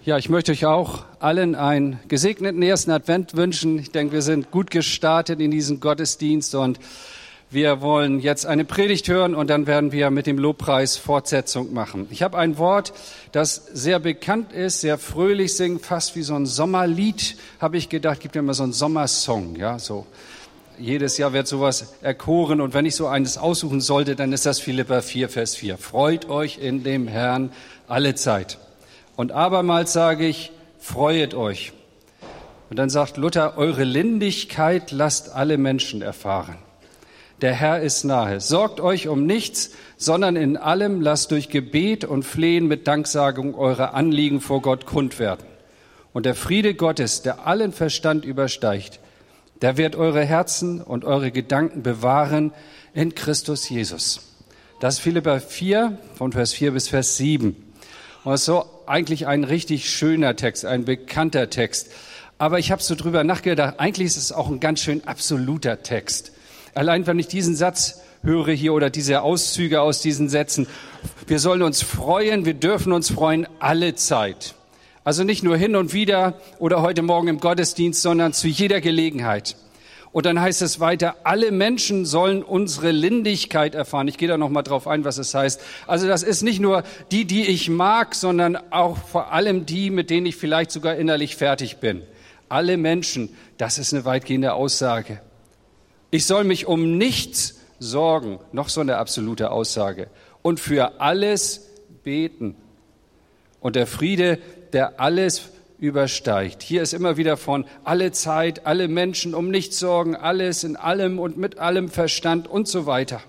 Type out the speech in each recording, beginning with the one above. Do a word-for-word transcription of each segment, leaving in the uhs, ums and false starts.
Ja, ich möchte euch auch allen einen gesegneten ersten Advent wünschen. Ich denke, wir sind gut gestartet in diesen Gottesdienst und wir wollen jetzt eine Predigt hören und dann werden wir mit dem Lobpreis Fortsetzung machen. Ich habe ein Wort, das sehr bekannt ist, sehr fröhlich singt, fast wie so ein Sommerlied, habe ich gedacht, gibt ja immer so einen Sommersong, ja, so. Jedes Jahr wird sowas erkoren und wenn ich so eines aussuchen sollte, dann ist das Philipper vier, Vers vier. Freut euch in dem Herrn alle Zeit. Und abermals sage ich, freuet euch. Und dann sagt Luther, eure Lindigkeit lasst alle Menschen erfahren. Der Herr ist nahe. Sorgt euch um nichts, sondern in allem lasst durch Gebet und Flehen mit Danksagung eure Anliegen vor Gott kund werden. Und der Friede Gottes, der allen Verstand übersteigt, der wird eure Herzen und eure Gedanken bewahren in Christus Jesus. Das ist Philipper vier, von Vers vier bis Vers sieben. Und das ist so eigentlich ein richtig schöner Text, ein bekannter Text. Aber ich habe so drüber nachgedacht, eigentlich ist es auch ein ganz schön absoluter Text. Allein wenn ich diesen Satz höre hier oder diese Auszüge aus diesen Sätzen, wir sollen uns freuen, wir dürfen uns freuen alle Zeit. Also nicht nur hin und wieder oder heute Morgen im Gottesdienst, sondern zu jeder Gelegenheit. Und dann heißt es weiter, alle Menschen sollen unsere Lindigkeit erfahren. Ich gehe da noch mal drauf ein, was es heißt. Also das ist nicht nur die, die ich mag, sondern auch vor allem die, mit denen ich vielleicht sogar innerlich fertig bin. Alle Menschen, das ist eine weitgehende Aussage. Ich soll mich um nichts sorgen, noch so eine absolute Aussage. Und für alles beten. Und der Friede, der alles übersteigt. Hier ist immer wieder von alle Zeit, alle Menschen um nichts sorgen, alles in allem und mit allem Verstand und so weiter.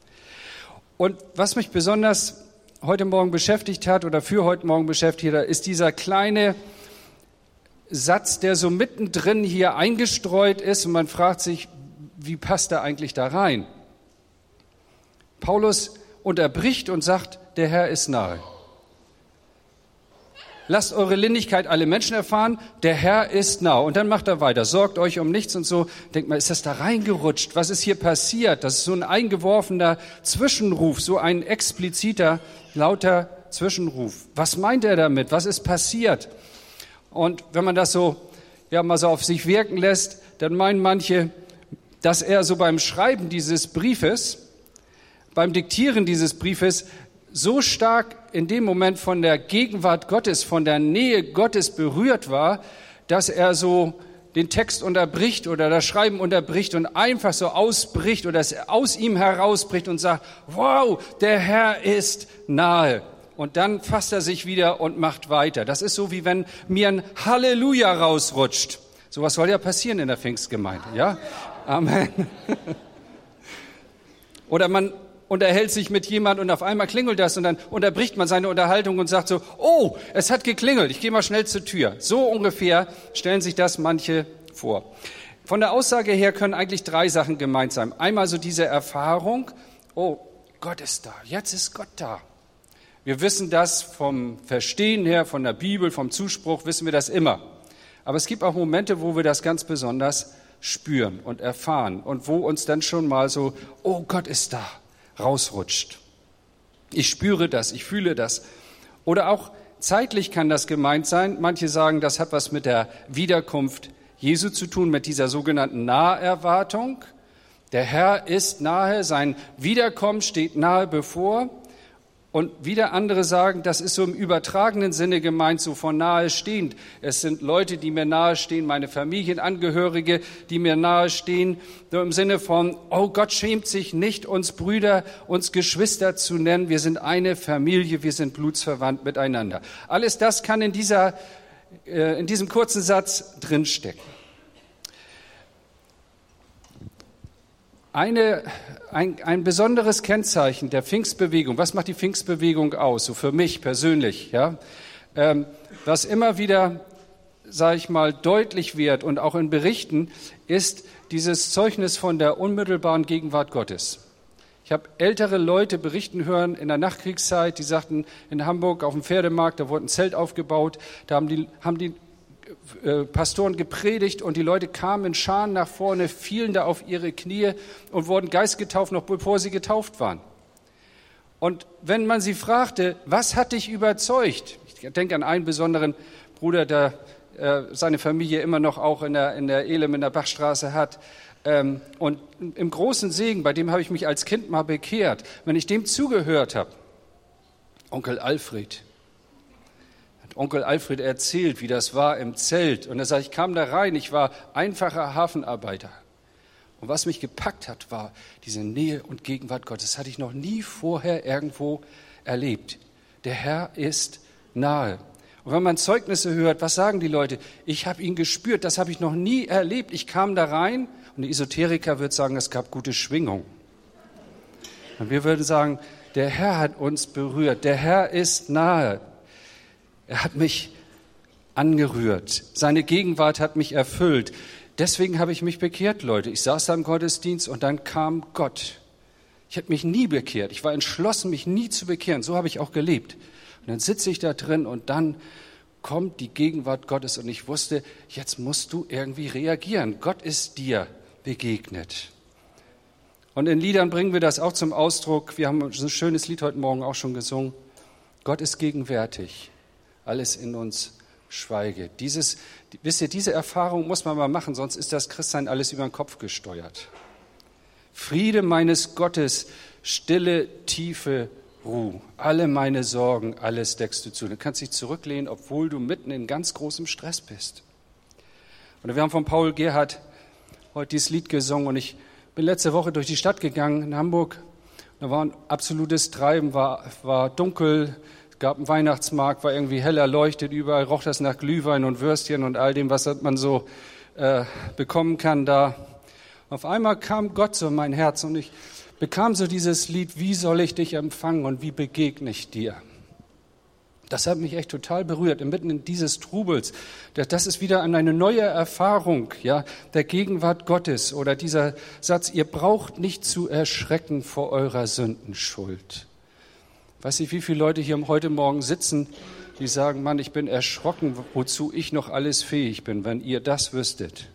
Und was mich besonders heute Morgen beschäftigt hat oder für heute Morgen beschäftigt hat, ist dieser kleine Satz, der so mittendrin hier eingestreut ist und man fragt sich, wie passt er eigentlich da rein? Paulus unterbricht und sagt, der Herr ist nahe. Lasst eure Lindigkeit alle Menschen erfahren, der Herr ist nah. Und dann macht er weiter, sorgt euch um nichts und so. Denkt mal, ist das da reingerutscht? Was ist hier passiert? Das ist so ein eingeworfener Zwischenruf, so ein expliziter, lauter Zwischenruf. Was meint er damit? Was ist passiert? Und wenn man das so, ja, mal so auf sich wirken lässt, dann meinen manche, dass er so beim Schreiben dieses Briefes, beim Diktieren dieses Briefes, so stark in dem Moment von der Gegenwart Gottes, von der Nähe Gottes berührt war, dass er so den Text unterbricht oder das Schreiben unterbricht und einfach so ausbricht oder es aus ihm herausbricht und sagt, wow, der Herr ist nahe. Und dann fasst er sich wieder und macht weiter. Das ist so, wie wenn mir ein Halleluja rausrutscht. Sowas soll ja passieren in der Pfingstgemeinde, ja? Amen. Oder man unterhält sich mit jemand und auf einmal klingelt das und dann unterbricht man seine Unterhaltung und sagt so, oh, es hat geklingelt, ich gehe mal schnell zur Tür. So ungefähr stellen sich das manche vor. Von der Aussage her können eigentlich drei Sachen gemeint sein. Einmal so diese Erfahrung, oh, Gott ist da, jetzt ist Gott da. Wir wissen das vom Verstehen her, von der Bibel, vom Zuspruch, wissen wir das immer. Aber es gibt auch Momente, wo wir das ganz besonders spüren und erfahren und wo uns dann schon mal so, oh, Gott ist da, rausrutscht. Ich spüre das, ich fühle das. Oder auch zeitlich kann das gemeint sein. Manche sagen, das hat was mit der Wiederkunft Jesu zu tun, mit dieser sogenannten Naherwartung. Der Herr ist nahe, sein Wiederkommen steht nahe bevor. Und wieder andere sagen, das ist so im übertragenen Sinne gemeint, so von nahe stehend. Es sind Leute, die mir nahe stehen, meine Familienangehörige, die mir nahe stehen, so im Sinne von, oh, Gott schämt sich nicht, uns Brüder, uns Geschwister zu nennen. Wir sind eine Familie, wir sind blutsverwandt miteinander. Alles das kann in dieser, äh, in diesem kurzen Satz drinstecken. Eine, ein, ein besonderes Kennzeichen der Pfingstbewegung, was macht die Pfingstbewegung aus, so für mich persönlich, ja, ähm, was immer wieder, sage ich mal, deutlich wird und auch in Berichten, ist dieses Zeugnis von der unmittelbaren Gegenwart Gottes. Ich habe ältere Leute berichten hören in der Nachkriegszeit, die sagten, in Hamburg auf dem Pferdemarkt, da wurde ein Zelt aufgebaut, da haben die, haben die Pastoren gepredigt und die Leute kamen in Scharen nach vorne, fielen da auf ihre Knie und wurden geistgetauft, noch bevor sie getauft waren. Und wenn man sie fragte, was hat dich überzeugt? Ich denke an einen besonderen Bruder, der äh, seine Familie immer noch auch in der, in der Elim, in der Bachstraße hat. Ähm, und im großen Segen, bei dem habe ich mich als Kind mal bekehrt, wenn ich dem zugehört habe, Onkel Alfred, hat Onkel Alfred erzählt, wie das war im Zelt. Und er sagt, ich kam da rein, ich war einfacher Hafenarbeiter. Und was mich gepackt hat, war diese Nähe und Gegenwart Gottes. Das hatte ich noch nie vorher irgendwo erlebt. Der Herr ist nahe. Und wenn man Zeugnisse hört, was sagen die Leute? Ich habe ihn gespürt, das habe ich noch nie erlebt. Ich kam da rein und der Esoteriker würde sagen, es gab gute Schwingung. Und wir würden sagen, der Herr hat uns berührt, der Herr ist nahe. Er hat mich angerührt, seine Gegenwart hat mich erfüllt. Deswegen habe ich mich bekehrt, Leute. Ich saß da im Gottesdienst und dann kam Gott. Ich habe mich nie bekehrt. Ich war entschlossen, mich nie zu bekehren. So habe ich auch gelebt. Und dann sitze ich da drin und dann kommt die Gegenwart Gottes und ich wusste, jetzt musst du irgendwie reagieren. Gott ist dir begegnet. Und in Liedern bringen wir das auch zum Ausdruck. Wir haben ein schönes Lied heute Morgen auch schon gesungen. Gott ist gegenwärtig. Alles in uns schweige. Dieses, wisst ihr, diese Erfahrung muss man mal machen, sonst ist das Christsein alles über den Kopf gesteuert. Friede meines Gottes, stille, tiefe Ruhe. Alle meine Sorgen, alles deckst du zu. Du kannst dich zurücklehnen, obwohl du mitten in ganz großem Stress bist. Und wir haben von Paul Gerhardt heute dieses Lied gesungen und ich bin letzte Woche durch die Stadt gegangen in Hamburg. Da war ein absolutes Treiben, war, war dunkel. Es gab einen Weihnachtsmarkt, war irgendwie hell erleuchtet, überall roch das nach Glühwein und Würstchen und all dem, was man so äh, bekommen kann da. Auf einmal kam Gott so in mein Herz und ich bekam so dieses Lied, wie soll ich dich empfangen und wie begegne ich dir? Das hat mich echt total berührt, inmitten in dieses Trubels. Das ist wieder eine neue Erfahrung, ja, der Gegenwart Gottes. Oder dieser Satz, ihr braucht nicht zu erschrecken vor eurer Sündenschuld. Weiß nicht, wie viele Leute hier heute Morgen sitzen, die sagen, Mann, ich bin erschrocken, wozu ich noch alles fähig bin, wenn ihr das wüsstet.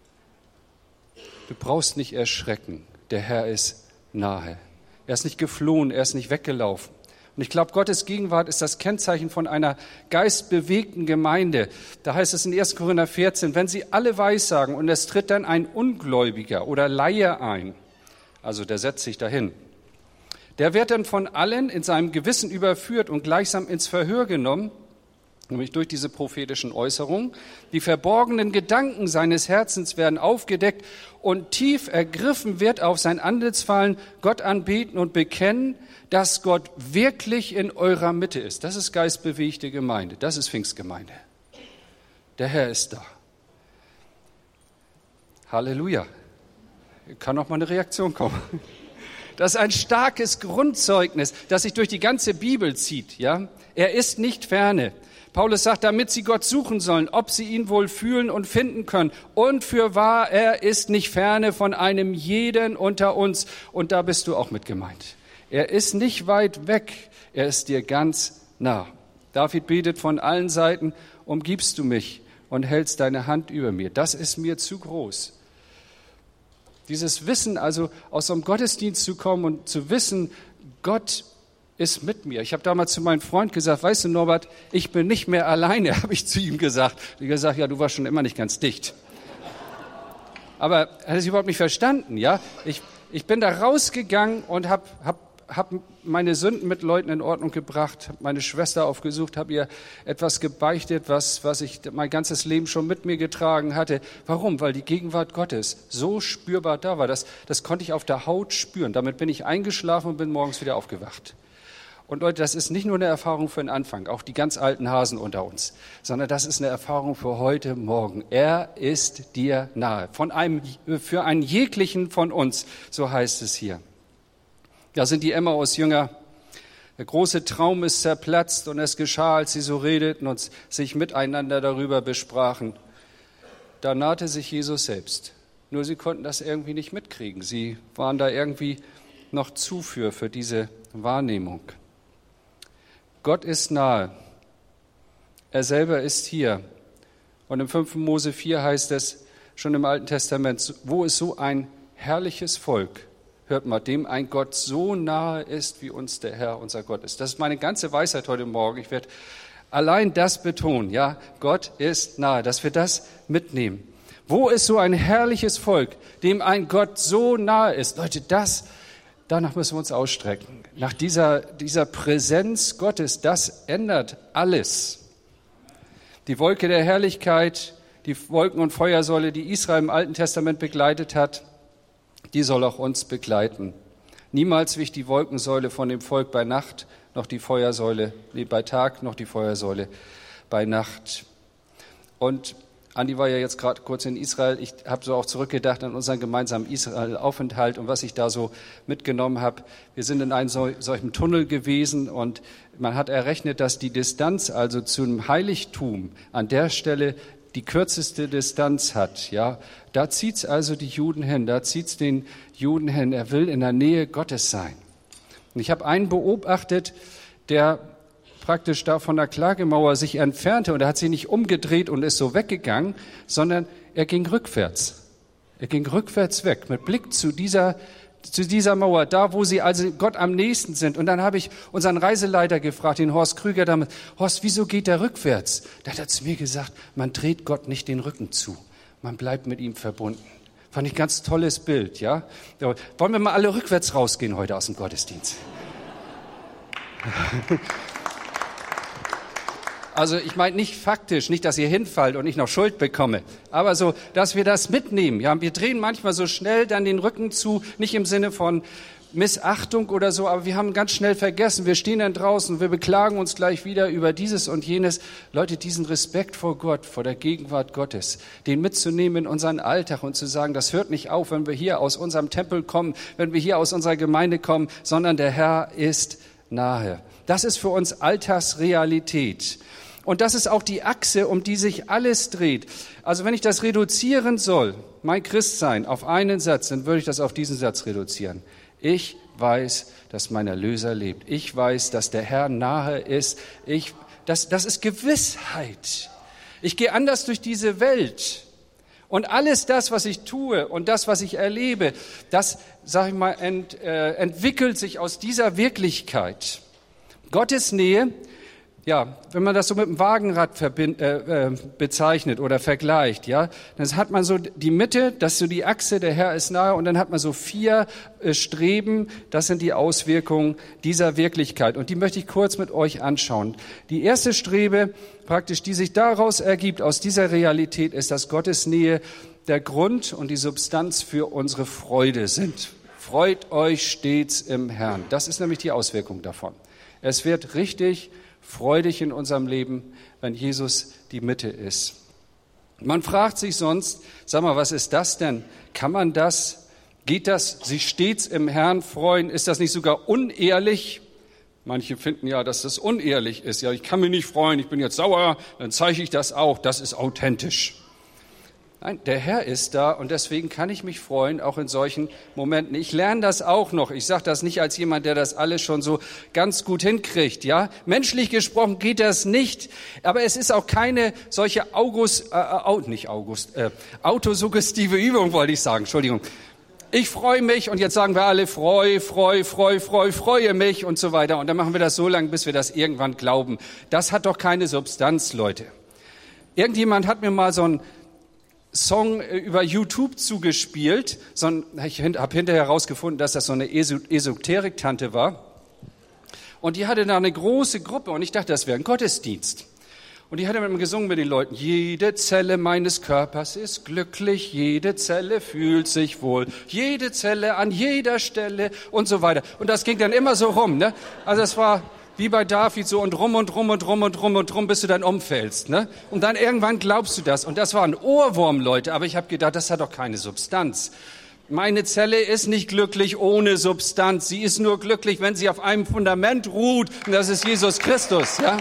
Du brauchst nicht erschrecken, der Herr ist nahe. Er ist nicht geflohen, er ist nicht weggelaufen. Und ich glaube, Gottes Gegenwart ist das Kennzeichen von einer geistbewegten Gemeinde. Da heißt es in erster Korinther vierzehn, wenn sie alle weissagen und es tritt dann ein Ungläubiger oder Laie ein, also der setzt sich dahin, der wird dann von allen in seinem Gewissen überführt und gleichsam ins Verhör genommen, nämlich durch diese prophetischen Äußerungen. Die verborgenen Gedanken seines Herzens werden aufgedeckt und tief ergriffen wird auf sein Antlitz fallen, Gott anbeten und bekennen, dass Gott wirklich in eurer Mitte ist. Das ist geistbewegte Gemeinde, das ist Pfingstgemeinde. Der Herr ist da. Halleluja. Kann auch mal eine Reaktion kommen. Das ist ein starkes Grundzeugnis, das sich durch die ganze Bibel zieht. Ja? Er ist nicht ferne. Paulus sagt, damit sie Gott suchen sollen, ob sie ihn wohl fühlen und finden können. Und fürwahr, er ist nicht ferne von einem jeden unter uns. Und da bist du auch mit gemeint. Er ist nicht weit weg, er ist dir ganz nah. David betet von allen Seiten, umgibst du mich und hältst deine Hand über mir. Das ist mir zu groß. Dieses Wissen, also aus so einem Gottesdienst zu kommen und zu wissen, Gott ist mit mir. Ich habe damals zu meinem Freund gesagt, weißt du Norbert, ich bin nicht mehr alleine, habe ich zu ihm gesagt. Ich habe gesagt, ja, du warst schon immer nicht ganz dicht. Aber er hat es überhaupt nicht verstanden. Ja, Ich, ich bin da rausgegangen und habe hab, hab meine Sünden mit Leuten in Ordnung gebracht, habe meine Schwester aufgesucht, habe ihr etwas gebeichtet, was, was ich mein ganzes Leben schon mit mir getragen hatte. Warum? Weil die Gegenwart Gottes so spürbar da war. Das, das konnte ich auf der Haut spüren. Damit bin ich eingeschlafen und bin morgens wieder aufgewacht. Und Leute, das ist nicht nur eine Erfahrung für den Anfang, auch die ganz alten Hasen unter uns, sondern das ist eine Erfahrung für heute Morgen. Er ist dir nahe, von einem, für einen jeglichen von uns, so heißt es hier. Da sind die Emmaus-Jünger. Der große Traum ist zerplatzt und es geschah, als sie so redeten und sich miteinander darüber besprachen. Da nahte sich Jesus selbst. Nur sie konnten das irgendwie nicht mitkriegen. Sie waren da irgendwie noch zu für, für diese Wahrnehmung. Gott ist nahe. Er selber ist hier. Und im fünften Mose vier heißt es schon im Alten Testament, wo ist so ein herrliches Volk? Hört mal, dem ein Gott so nahe ist, wie uns der Herr, unser Gott ist. Das ist meine ganze Weisheit heute Morgen. Ich werde Allein das betonen, ja, Gott ist nahe, dass wir das mitnehmen. Wo ist so ein herrliches Volk, dem ein Gott so nahe ist? Leute, das, danach müssen wir uns ausstrecken. Nach dieser, dieser Präsenz Gottes, das ändert alles. Die Wolke der Herrlichkeit, die Wolken- und Feuersäule, die Israel im Alten Testament begleitet hat, die soll auch uns begleiten. Niemals wich die Wolkensäule von dem Volk bei Nacht, noch die Feuersäule nee, bei Tag, noch die Feuersäule bei Nacht. Und Andi war ja jetzt gerade kurz in Israel. Ich habe so auch zurückgedacht an unseren gemeinsamen Israel-Aufenthalt und was ich da so mitgenommen habe. Wir sind in einem sol- solchen Tunnel gewesen und man hat errechnet, dass die Distanz also zum Heiligtum an der Stelle die kürzeste Distanz hat. Ja, da zieht's also die Juden hin, da zieht's den Juden hin. Er will in der Nähe Gottes sein. Und ich habe einen beobachtet, der praktisch da von der Klagemauer sich entfernte und er hat sich nicht umgedreht und ist so weggegangen, sondern er ging rückwärts. Er ging rückwärts weg mit Blick zu dieser, zu dieser Mauer, da wo sie also Gott am nächsten sind. Und dann habe ich unseren Reiseleiter gefragt, den Horst Krüger damals, Horst, wieso geht der rückwärts? Da hat er zu mir gesagt, man dreht Gott nicht den Rücken zu, man bleibt mit ihm verbunden. Fand ich ein ganz tolles Bild, ja. Wollen wir mal alle rückwärts rausgehen heute aus dem Gottesdienst? Also ich meine nicht faktisch, nicht, dass ihr hinfallt und ich noch Schuld bekomme, aber so, dass wir das mitnehmen. Ja, wir drehen manchmal so schnell dann den Rücken zu, nicht im Sinne von Missachtung oder so, aber wir haben ganz schnell vergessen, wir stehen dann draußen, wir beklagen uns gleich wieder über dieses und jenes. Leute, diesen Respekt vor Gott, vor der Gegenwart Gottes, den mitzunehmen in unseren Alltag und zu sagen, das hört nicht auf, wenn wir hier aus unserem Tempel kommen, wenn wir hier aus unserer Gemeinde kommen, sondern der Herr ist nahe. Das ist für uns Alltagsrealität. Und das ist auch die Achse, um die sich alles dreht. Also wenn ich das reduzieren soll, mein Christsein, auf einen Satz, dann würde ich das auf diesen Satz reduzieren. Ich weiß, dass mein Erlöser lebt. Ich weiß, dass der Herr nahe ist. Ich, das, das ist Gewissheit. Ich gehe anders durch diese Welt. Und alles das, was ich tue und das, was ich erlebe, das, sag ich mal, ent, äh, entwickelt sich aus dieser Wirklichkeit. Gottes Nähe, ja, wenn man das so mit dem Wagenrad verbind, äh, äh, bezeichnet oder vergleicht, ja, dann hat man so die Mitte, das ist so die Achse, der Herr ist nahe, und dann hat man so vier äh, Streben, das sind die Auswirkungen dieser Wirklichkeit. Und die möchte ich kurz mit euch anschauen. Die erste Strebe, praktisch, die sich daraus ergibt, aus dieser Realität, ist, dass Gottes Nähe der Grund und die Substanz für unsere Freude sind. Freut euch stets im Herrn. Das ist nämlich die Auswirkung davon. Es wird richtig freudig in unserem Leben, wenn Jesus die Mitte ist. Man fragt sich sonst, sag mal, was ist das denn? Kann man das? Geht das, sich stets im Herrn freuen? Ist das nicht sogar unehrlich? Manche finden ja, dass das unehrlich ist. Ja, ich kann mich nicht freuen, ich bin jetzt sauer, dann zeige ich das auch. Das ist authentisch. Nein, der Herr ist da und deswegen kann ich mich freuen, auch in solchen Momenten. Ich lerne das auch noch. Ich sage das nicht als jemand, der das alles schon so ganz gut hinkriegt. Ja, menschlich gesprochen geht das nicht, aber es ist auch keine solche August, äh, nicht August, äh, autosuggestive Übung, wollte ich sagen. Entschuldigung. Ich freue mich und jetzt sagen wir alle freu, freu, freu, freu, freue mich und so weiter. Und dann machen wir das so lange, bis wir das irgendwann glauben. Das hat doch keine Substanz, Leute. Irgendjemand hat mir mal so ein Song über YouTube zugespielt. So ein, ich habe hinterher herausgefunden, dass das so eine Esoterik-Tante war. Und die hatte da eine große Gruppe und ich dachte, das wäre ein Gottesdienst. Und die hat dann gesungen mit den Leuten, jede Zelle meines Körpers ist glücklich, jede Zelle fühlt sich wohl, jede Zelle an jeder Stelle und so weiter. Und das ging dann immer so rum, ne? Also es war wie bei David so und rum und rum und rum und rum und rum, bis du dann umfällst, ne? Und dann irgendwann glaubst du das. Und das war ein Ohrwurm, Leute, aber ich habe gedacht, das hat doch keine Substanz. Meine Zelle ist nicht glücklich ohne Substanz. Sie ist nur glücklich, wenn sie auf einem Fundament ruht. Und das ist Jesus Christus, ja?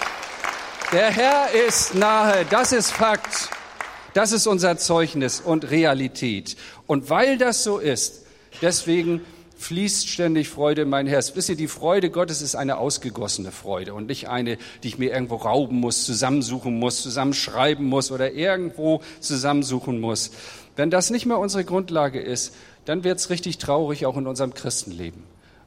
Der Herr ist nahe. Das ist Fakt. Das ist unser Zeugnis und Realität. Und weil das so ist, deswegen fließt ständig Freude in mein Herz. Wisst ihr, die Freude Gottes ist eine ausgegossene Freude und nicht eine, die ich mir irgendwo rauben muss, zusammensuchen muss, zusammenschreiben muss oder irgendwo zusammensuchen muss. Wenn das nicht mehr unsere Grundlage ist, dann wird's richtig traurig auch in unserem Christenleben.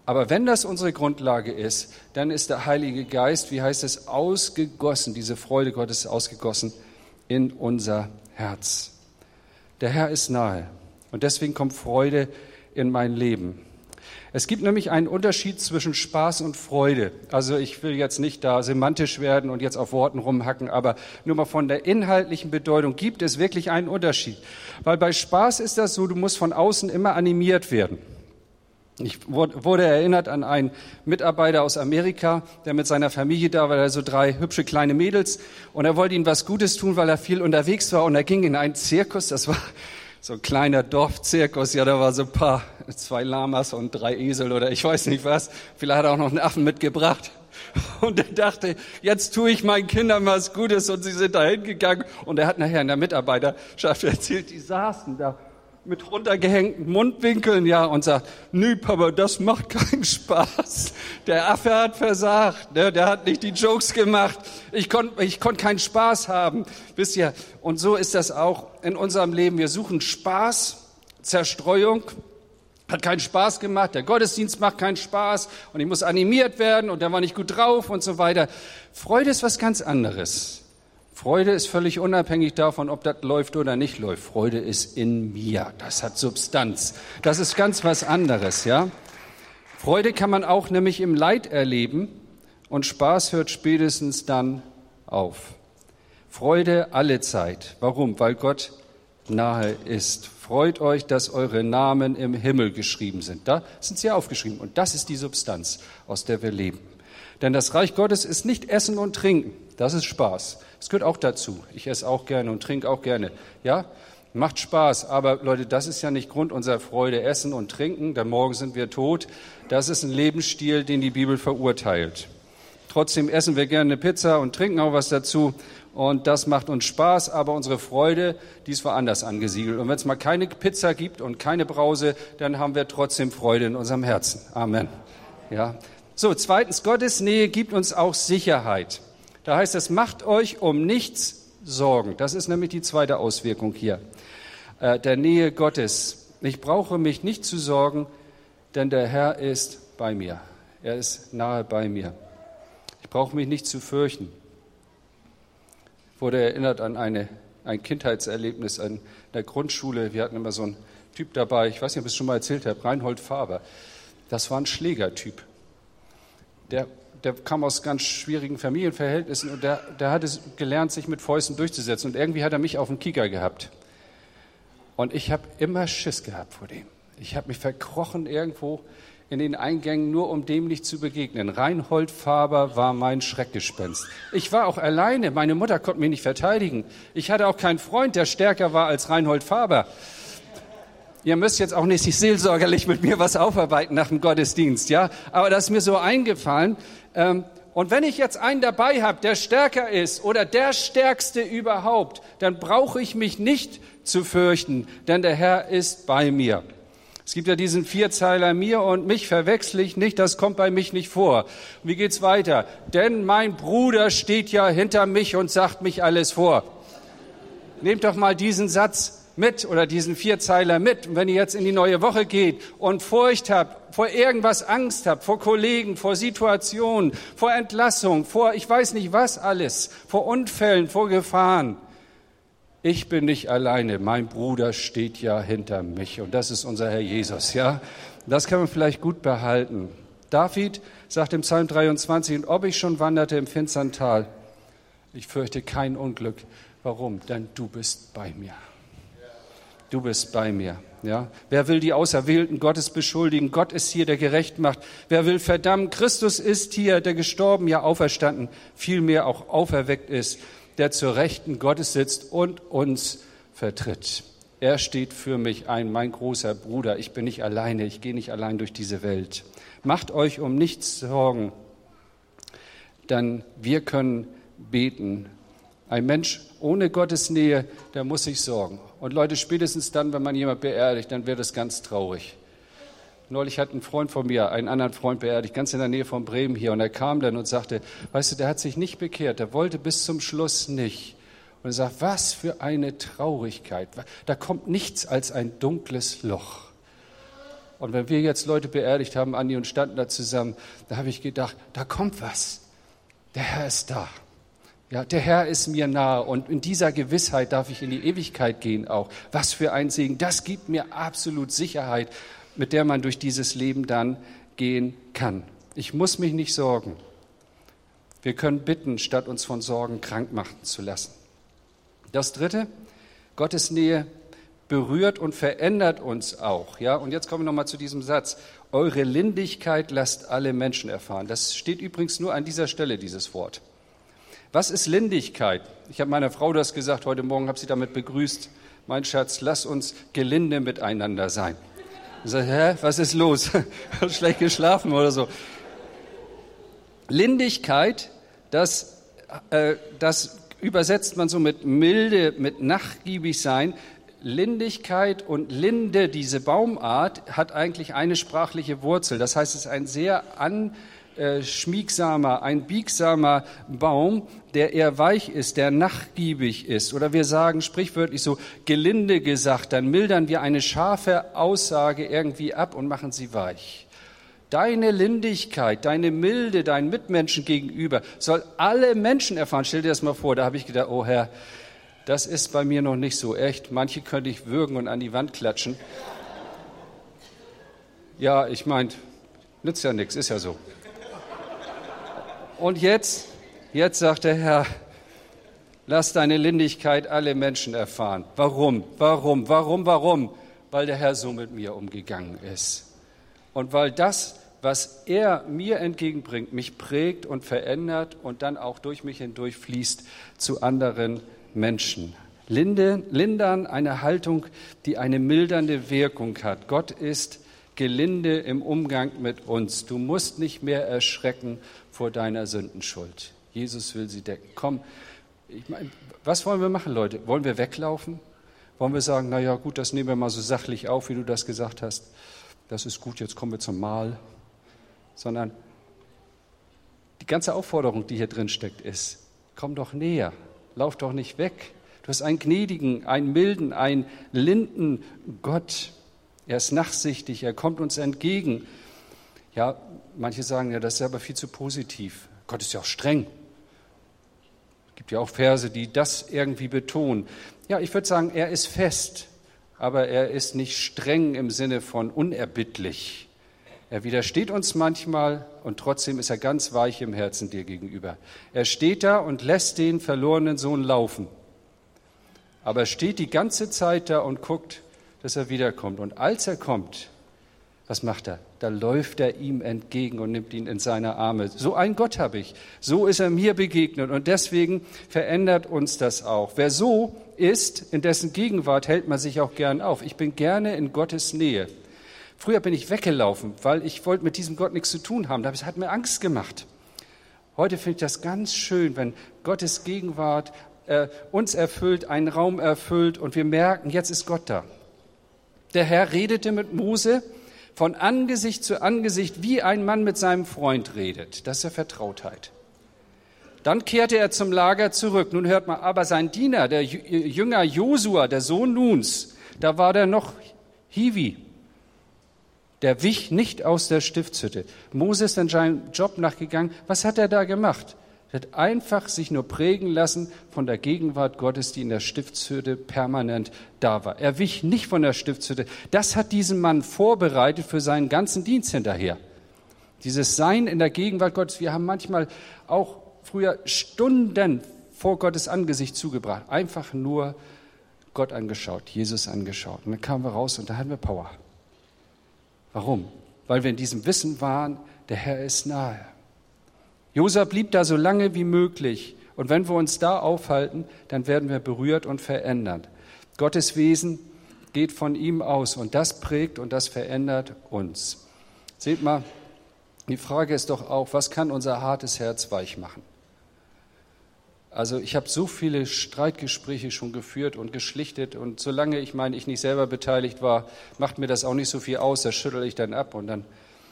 Aber wenn das unsere Grundlage ist, dann ist der Heilige Geist, wie heißt es, ausgegossen, diese Freude Gottes ist ausgegossen in unser Herz. Der Herr ist nahe und deswegen kommt Freude in mein Leben. Es gibt nämlich einen Unterschied zwischen Spaß und Freude. Also ich will jetzt nicht da semantisch werden und jetzt auf Worten rumhacken, aber nur mal von der inhaltlichen Bedeutung gibt es wirklich einen Unterschied. Weil bei Spaß ist das so, du musst von außen immer animiert werden. Ich wurde erinnert an einen Mitarbeiter aus Amerika, der mit seiner Familie da war, da so drei hübsche kleine Mädels und er wollte ihnen was Gutes tun, weil er viel unterwegs war und er ging in einen Zirkus, das war so ein kleiner Dorfzirkus, ja, da war so ein paar, zwei Lamas und drei Esel oder ich weiß nicht was, vielleicht hat er auch noch einen Affen mitgebracht. Und er dachte, jetzt tue ich meinen Kindern was Gutes und sie sind da hingegangen und er hat nachher in der Mitarbeiterschaft erzählt, die saßen da mit runtergehängten Mundwinkeln, ja, und sagt, nö, Papa, das macht keinen Spaß. Der Affe hat versagt, ne? Der hat nicht die Jokes gemacht. Ich konnte ich konnt keinen Spaß haben, wisst ihr. Und so ist das auch in unserem Leben. Wir suchen Spaß, Zerstreuung, hat keinen Spaß gemacht, der Gottesdienst macht keinen Spaß und ich muss animiert werden und der war nicht gut drauf und so weiter. Freude ist was ganz anderes. Freude ist völlig unabhängig davon, ob das läuft oder nicht läuft. Freude ist in mir. Das hat Substanz. Das ist ganz was anderes, ja. Freude kann man auch nämlich im Leid erleben und Spaß hört spätestens dann auf. Freude alle Zeit. Warum? Weil Gott nahe ist. Freut euch, dass eure Namen im Himmel geschrieben sind. Da sind sie aufgeschrieben. Und das ist die Substanz, aus der wir leben. Denn das Reich Gottes ist nicht Essen und Trinken. Das ist Spaß. Es gehört auch dazu. Ich esse auch gerne und trinke auch gerne. Ja, macht Spaß. Aber Leute, das ist ja nicht Grund unserer Freude. Essen und Trinken, denn morgen sind wir tot. Das ist ein Lebensstil, den die Bibel verurteilt. Trotzdem essen wir gerne eine Pizza und trinken auch was dazu. Und das macht uns Spaß. Aber unsere Freude, die ist woanders angesiedelt. Und wenn es mal keine Pizza gibt und keine Brause, dann haben wir trotzdem Freude in unserem Herzen. Amen. Ja. So, zweitens, Gottes Nähe gibt uns auch Sicherheit. Da heißt es, macht euch um nichts Sorgen. Das ist nämlich die zweite Auswirkung hier, äh, der Nähe Gottes. Ich brauche mich nicht zu sorgen, denn der Herr ist bei mir. Er ist nahe bei mir. Ich brauche mich nicht zu fürchten. Ich wurde erinnert an eine, ein Kindheitserlebnis in der Grundschule. Wir hatten immer so einen Typ dabei, ich weiß nicht, ob ich es schon mal erzählt habe, Reinhold Faber. Das war ein Schlägertyp. Der, der kam aus ganz schwierigen Familienverhältnissen und der, der hat es gelernt, sich mit Fäusten durchzusetzen. Und irgendwie hat er mich auf dem Kieker gehabt. Und ich habe immer Schiss gehabt vor dem. Ich habe mich verkrochen irgendwo in den Eingängen, nur um dem nicht zu begegnen. Reinhold Faber war mein Schreckgespenst. Ich war auch alleine. Meine Mutter konnte mich nicht verteidigen. Ich hatte auch keinen Freund, der stärker war als Reinhold Faber. Ihr müsst jetzt auch nicht sich seelsorgerlich mit mir was aufarbeiten nach dem Gottesdienst, ja? Aber das ist mir so eingefallen. Ähm, und wenn ich jetzt einen dabei habe, der stärker ist oder der Stärkste überhaupt, dann brauche ich mich nicht zu fürchten, denn der Herr ist bei mir. Es gibt ja diesen Vierzeiler, mir und mich verwechsel ich nicht, das kommt bei mich nicht vor. Wie geht's weiter? Denn mein Bruder steht ja hinter mich und sagt mich alles vor. Nehmt doch mal diesen Satz mit oder diesen Vierzeiler mit. Und wenn ihr jetzt in die neue Woche geht und Furcht habt, vor irgendwas Angst habt, vor Kollegen, vor Situationen, vor Entlassung, vor ich weiß nicht was alles, vor Unfällen, vor Gefahren. Ich bin nicht alleine, mein Bruder steht ja hinter mich und das ist unser Herr Jesus, ja. Das kann man vielleicht gut behalten. David sagt im Psalm dreiundzwanzig, und ob ich schon wanderte im finstern Tal, ich fürchte kein Unglück. Warum? Denn du bist bei mir. Du bist bei mir, ja. Wer will die Auserwählten Gottes beschuldigen? Gott ist hier, der gerecht macht. Wer will verdammen? Christus ist hier, der gestorben, ja auferstanden, vielmehr auch auferweckt ist, der zur Rechten Gottes sitzt und uns vertritt. Er steht für mich ein, mein großer Bruder. Ich bin nicht alleine, ich gehe nicht allein durch diese Welt. Macht euch um nichts Sorgen, denn wir können beten. Ein Mensch ohne Gottes Nähe, der muss sich sorgen. Und Leute, spätestens dann, wenn man jemand beerdigt, dann wird es ganz traurig. Neulich hat ein Freund von mir einen anderen Freund beerdigt, ganz in der Nähe von Bremen hier. Und er kam dann und sagte, weißt du, der hat sich nicht bekehrt, der wollte bis zum Schluss nicht. Und er sagt, was für eine Traurigkeit. Da kommt nichts als ein dunkles Loch. Und wenn wir jetzt Leute beerdigt haben, Andi, und standen da zusammen, da habe ich gedacht, da kommt was. Der Herr ist da. Ja, der Herr ist mir nahe und in dieser Gewissheit darf ich in die Ewigkeit gehen auch. Was für ein Segen. Das gibt mir absolut Sicherheit, mit der man durch dieses Leben dann gehen kann. Ich muss mich nicht sorgen. Wir können bitten, statt uns von Sorgen krank machen zu lassen. Das Dritte, Gottes Nähe berührt und verändert uns auch. Ja, und jetzt kommen wir nochmal zu diesem Satz. Eure Lindigkeit lasst alle Menschen erfahren. Das steht übrigens nur an dieser Stelle, dieses Wort. Was ist Lindigkeit? Ich habe meiner Frau das gesagt heute Morgen, habe sie damit begrüßt. Mein Schatz, lass uns gelinde miteinander sein. Ich sage, hä, was ist los? Hast schlecht geschlafen oder so? Lindigkeit, das, äh, das übersetzt man so mit Milde, mit nachgiebig sein. Lindigkeit und Linde, diese Baumart, hat eigentlich eine sprachliche Wurzel. Das heißt, es ist ein sehr anschmiegsamer, ein biegsamer Baum, der eher weich ist, der nachgiebig ist. Oder wir sagen sprichwörtlich so, gelinde gesagt, dann mildern wir eine scharfe Aussage irgendwie ab und machen sie weich. Deine Lindigkeit, deine Milde, deinen Mitmenschen gegenüber soll alle Menschen erfahren. Stell dir das mal vor, da habe ich gedacht, oh Herr, das ist bei mir noch nicht so echt. Manche könnte ich würgen und an die Wand klatschen. Ja, ich meine, nützt ja nichts, ist ja so. Und jetzt, jetzt sagt der Herr, lass deine Lindigkeit alle Menschen erfahren. Warum? Warum? Warum? Warum? Weil der Herr so mit mir umgegangen ist. Und weil das, was er mir entgegenbringt, mich prägt und verändert und dann auch durch mich hindurch fließt zu anderen Menschen. Linde, lindern, eine Haltung, die eine mildernde Wirkung hat. Gott ist gelinde im Umgang mit uns. Du musst nicht mehr erschrecken vor deiner Sündenschuld. Jesus will sie decken. Komm, ich meine, was wollen wir machen, Leute? Wollen wir weglaufen? Wollen wir sagen, na ja, gut, das nehmen wir mal so sachlich auf, wie du das gesagt hast. Das ist gut, jetzt kommen wir zum Mahl. Sondern die ganze Aufforderung, die hier drin steckt, ist, komm doch näher, lauf doch nicht weg. Du hast einen gnädigen, einen milden, einen linden Gott. Er ist nachsichtig, er kommt uns entgegen. Ja, manche sagen, ja, das ist aber viel zu positiv. Gott ist ja auch streng. Es gibt ja auch Verse, die das irgendwie betonen. Ja, ich würde sagen, er ist fest, aber er ist nicht streng im Sinne von unerbittlich. Er widersteht uns manchmal und trotzdem ist er ganz weich im Herzen dir gegenüber. Er steht da und lässt den verlorenen Sohn laufen. Aber er steht die ganze Zeit da und guckt, dass er wiederkommt. Und als er kommt, was macht er? Da läuft er ihm entgegen und nimmt ihn in seine Arme. So einen Gott habe ich. So ist er mir begegnet und deswegen verändert uns das auch. Wer so ist, in dessen Gegenwart hält man sich auch gern auf. Ich bin gerne in Gottes Nähe. Früher bin ich weggelaufen, weil ich wollte mit diesem Gott nichts zu tun haben. Das hat mir Angst gemacht. Heute finde ich das ganz schön, wenn Gottes Gegenwart äh, uns erfüllt, einen Raum erfüllt und wir merken, jetzt ist Gott da. Der Herr redete mit Mose von Angesicht zu Angesicht, wie ein Mann mit seinem Freund redet. Das ist ja Vertrautheit. Dann kehrte er zum Lager zurück. Nun hört man, aber sein Diener, der Jünger Josua, der Sohn Nuns, da war der noch Hiwi. Der wich nicht aus der Stiftshütte. Mose ist dann seinem Job nachgegangen. Was hat er da gemacht? Er hat einfach sich nur prägen lassen von der Gegenwart Gottes, die in der Stiftshütte permanent da war. Er wich nicht von der Stiftshütte. Das hat diesen Mann vorbereitet für seinen ganzen Dienst hinterher. Dieses Sein in der Gegenwart Gottes. Wir haben manchmal auch früher Stunden vor Gottes Angesicht zugebracht. Einfach nur Gott angeschaut, Jesus angeschaut. Und dann kamen wir raus und da hatten wir Power. Warum? Weil wir in diesem Wissen waren, der Herr ist nahe. Josua blieb da so lange wie möglich. Und wenn wir uns da aufhalten, dann werden wir berührt und verändert. Gottes Wesen geht von ihm aus und das prägt und das verändert uns. Seht mal, die Frage ist doch auch, was kann unser hartes Herz weich machen? Also ich habe so viele Streitgespräche schon geführt und geschlichtet und solange ich meine, ich nicht selber beteiligt war, macht mir das auch nicht so viel aus, das schüttle ich dann ab und dann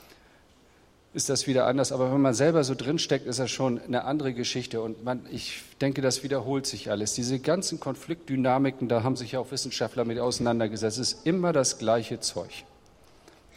ist das wieder anders. Aber wenn man selber so drinsteckt, ist das schon eine andere Geschichte und man, ich denke, das wiederholt sich alles. Diese ganzen Konfliktdynamiken, da haben sich auch Wissenschaftler mit auseinandergesetzt, es ist immer das gleiche Zeug.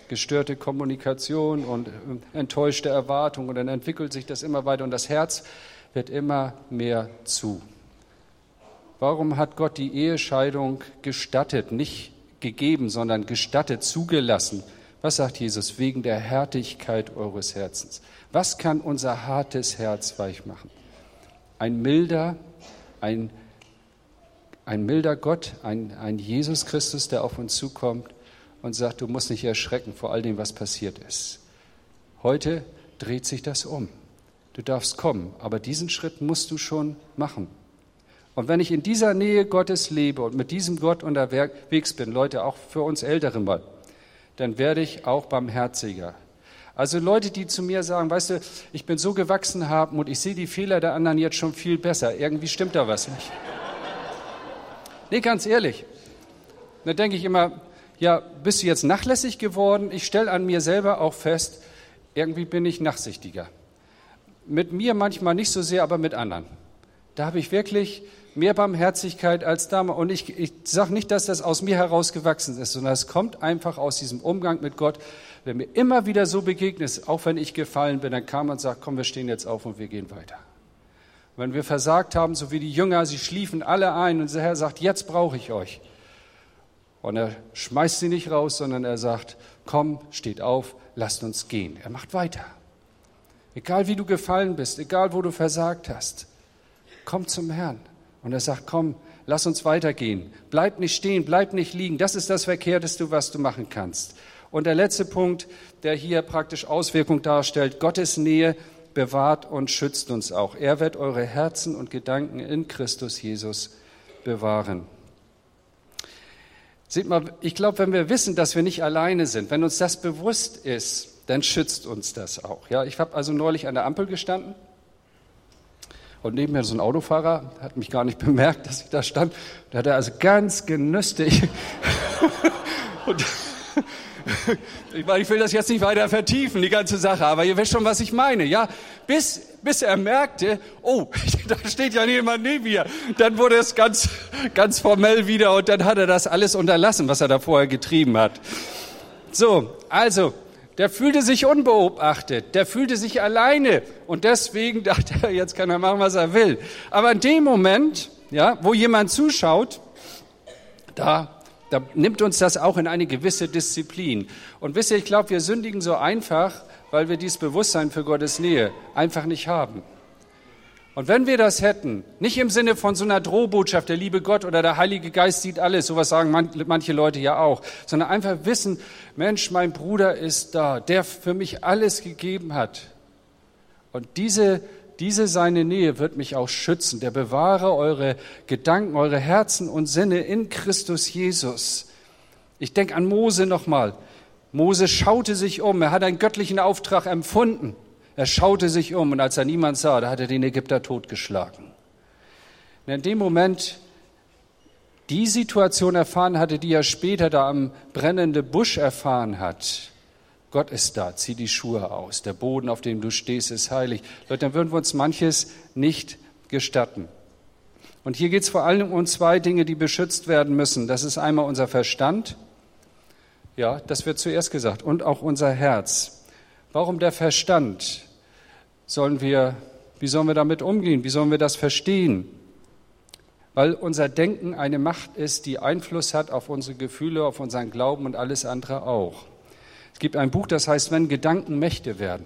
gestörte Kommunikation und enttäuschte Erwartung und dann entwickelt sich das immer weiter und das Herz wird immer mehr zu. Warum hat Gott die Ehescheidung gestattet, nicht gegeben, sondern gestattet, zugelassen? Was sagt Jesus? Wegen der Härtigkeit eures Herzens. Was kann unser hartes Herz weich machen? Ein milder, ein, ein milder Gott, ein, ein Jesus Christus, der auf uns zukommt und sagt, du musst nicht erschrecken vor all dem, was passiert ist. Heute dreht sich das um. Du darfst kommen, aber diesen Schritt musst du schon machen. Und wenn ich in dieser Nähe Gottes lebe und mit diesem Gott unterwegs bin, Leute, auch für uns Ältere mal, dann werde ich auch barmherziger. Also Leute, die zu mir sagen, weißt du, ich bin so gewachsen haben und ich sehe die Fehler der anderen jetzt schon viel besser. Irgendwie stimmt da was nicht. Nee, ganz ehrlich. Dann denke ich immer, ja, bist du jetzt nachlässig geworden? Ich stelle an mir selber auch fest, irgendwie bin ich nachsichtiger. Mit mir manchmal nicht so sehr, aber mit anderen. Da habe ich wirklich mehr Barmherzigkeit als damals. Und ich, ich sage nicht, dass das aus mir heraus gewachsen ist, sondern es kommt einfach aus diesem Umgang mit Gott. Wenn mir immer wieder so begegnet, auch wenn ich gefallen bin, dann kam man und sagt, komm, wir stehen jetzt auf und wir gehen weiter. Und wenn wir versagt haben, so wie die Jünger, sie schliefen alle ein und der Herr sagt, jetzt brauche ich euch. Und er schmeißt sie nicht raus, sondern er sagt, komm, steht auf, lasst uns gehen. Er macht weiter. Egal wie du gefallen bist, egal wo du versagt hast, komm zum Herrn. Und er sagt, komm, lass uns weitergehen. Bleib nicht stehen, bleib nicht liegen. Das ist das Verkehrteste, was du machen kannst. Und der letzte Punkt, der hier praktisch Auswirkung darstellt, Gottes Nähe bewahrt und schützt uns auch. Er wird eure Herzen und Gedanken in Christus Jesus bewahren. Seht mal, ich glaube, wenn wir wissen, dass wir nicht alleine sind, wenn uns das bewusst ist, dann schützt uns das auch. Ja, ich habe also neulich an der Ampel gestanden und neben mir so ein Autofahrer, hat mich gar nicht bemerkt, dass ich da stand. Da hat er also ganz genüsslich und ich meine, ich will das jetzt nicht weiter vertiefen, die ganze Sache, aber ihr wisst schon, was ich meine, ja? Bis, bis er merkte, oh, da steht ja jemand neben mir. Dann wurde es ganz, ganz formell wieder und dann hat er das alles unterlassen, was er da vorher getrieben hat. So, also, der fühlte sich unbeobachtet, der fühlte sich alleine und deswegen dachte er, jetzt kann er machen, was er will. Aber in dem Moment, ja, wo jemand zuschaut, da Da nimmt uns das auch in eine gewisse Disziplin. Und wisst ihr, ich glaube, wir sündigen so einfach, weil wir dieses Bewusstsein für Gottes Nähe einfach nicht haben. Und wenn wir das hätten, nicht im Sinne von so einer Drohbotschaft, der liebe Gott oder der Heilige Geist sieht alles, sowas sagen manche Leute ja auch, sondern einfach wissen, Mensch, mein Bruder ist da, der für mich alles gegeben hat. Und diese Diese seine Nähe wird mich auch schützen. Der bewahre eure Gedanken, eure Herzen und Sinne in Christus Jesus. Ich denke an Mose nochmal. Mose schaute sich um. Er hat einen göttlichen Auftrag empfunden. Er schaute sich um und als er niemand sah, da hat er den Ägypter totgeschlagen. Und in dem Moment die Situation erfahren hatte, die er später da am brennenden Busch erfahren hat, Gott ist da, zieh die Schuhe aus. Der Boden, auf dem du stehst, ist heilig. Leute, dann würden wir uns manches nicht gestatten. Und hier geht es vor allem um zwei Dinge, die beschützt werden müssen. Das ist einmal unser Verstand, ja, das wird zuerst gesagt, und auch unser Herz. Warum der Verstand? Sollen wir, wie sollen wir damit umgehen? Wie sollen wir das verstehen? Weil unser Denken eine Macht ist, die Einfluss hat auf unsere Gefühle, auf unseren Glauben und alles andere auch. Es gibt ein Buch, das heißt, wenn Gedanken Mächte werden.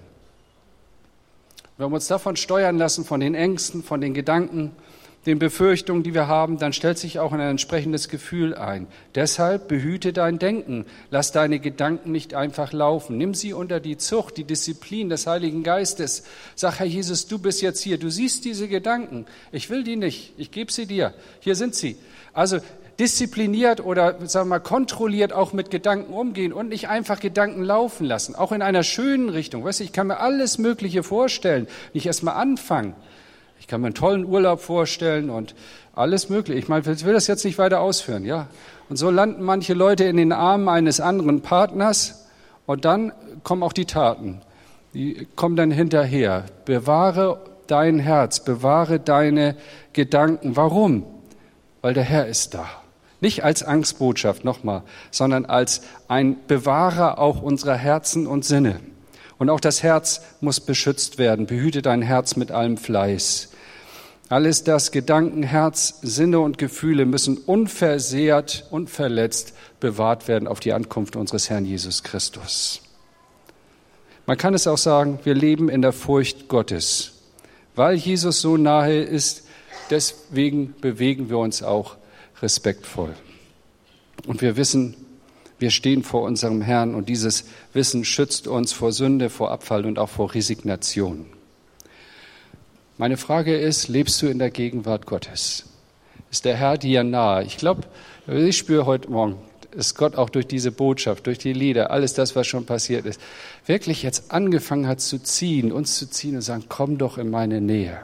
Wenn wir uns davon steuern lassen, von den Ängsten, von den Gedanken, den Befürchtungen, die wir haben, dann stellt sich auch ein entsprechendes Gefühl ein. Deshalb behüte dein Denken. Lass deine Gedanken nicht einfach laufen. Nimm sie unter die Zucht, die Disziplin des Heiligen Geistes. Sag, Herr Jesus, du bist jetzt hier. Du siehst diese Gedanken. Ich will die nicht. Ich gebe sie dir. Hier sind sie. Also diszipliniert oder sagen wir mal kontrolliert auch mit Gedanken umgehen und nicht einfach Gedanken laufen lassen. Auch in einer schönen Richtung. Weißt du, ich kann mir alles Mögliche vorstellen. Nicht erst mal anfangen. Ich kann mir einen tollen Urlaub vorstellen und alles Mögliche. Ich meine, ich will das jetzt nicht weiter ausführen, ja. Und so landen manche Leute in den Armen eines anderen Partners und dann kommen auch die Taten. Die kommen dann hinterher. Bewahre dein Herz, bewahre deine Gedanken. Warum? Weil der Herr ist da. Nicht als Angstbotschaft, nochmal, sondern als ein Bewahrer auch unserer Herzen und Sinne. Und auch das Herz muss beschützt werden. Behüte dein Herz mit allem Fleiß. Alles das, Gedanken, Herz, Sinne und Gefühle müssen unversehrt, unverletzt bewahrt werden auf die Ankunft unseres Herrn Jesus Christus. Man kann es auch sagen, wir leben in der Furcht Gottes. Weil Jesus so nahe ist, deswegen bewegen wir uns auch respektvoll. Und wir wissen, wir stehen vor unserem Herrn und dieses Wissen schützt uns vor Sünde, vor Abfall und auch vor Resignation. Meine Frage ist, lebst du in der Gegenwart Gottes? Ist der Herr dir nahe? Ich glaube, ich spüre heute Morgen, dass Gott auch durch diese Botschaft, durch die Lieder, alles das, was schon passiert ist, wirklich jetzt angefangen hat zu ziehen, uns zu ziehen und sagen, komm doch in meine Nähe.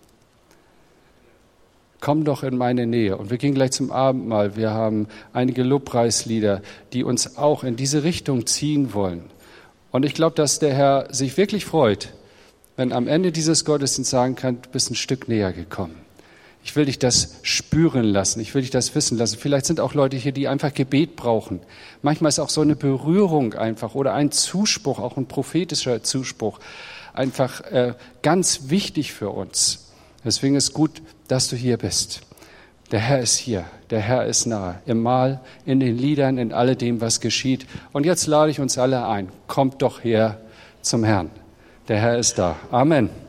Komm doch in meine Nähe. Und wir gehen gleich zum Abendmahl. Wir haben einige Lobpreislieder, die uns auch in diese Richtung ziehen wollen. Und ich glaube, dass der Herr sich wirklich freut, wenn am Ende dieses Gottesdienstes sagen kann, du bist ein Stück näher gekommen. Ich will dich das spüren lassen, ich will dich das wissen lassen. Vielleicht sind auch Leute hier, die einfach Gebet brauchen. Manchmal ist auch so eine Berührung einfach oder ein Zuspruch, auch ein prophetischer Zuspruch, einfach äh, ganz wichtig für uns. Deswegen ist gut, dass du hier bist. Der Herr ist hier, der Herr ist nahe, im Mahl, in den Liedern, in alledem, was geschieht. Und jetzt lade ich uns alle ein, kommt doch her zum Herrn. Der Herr ist da. Amen.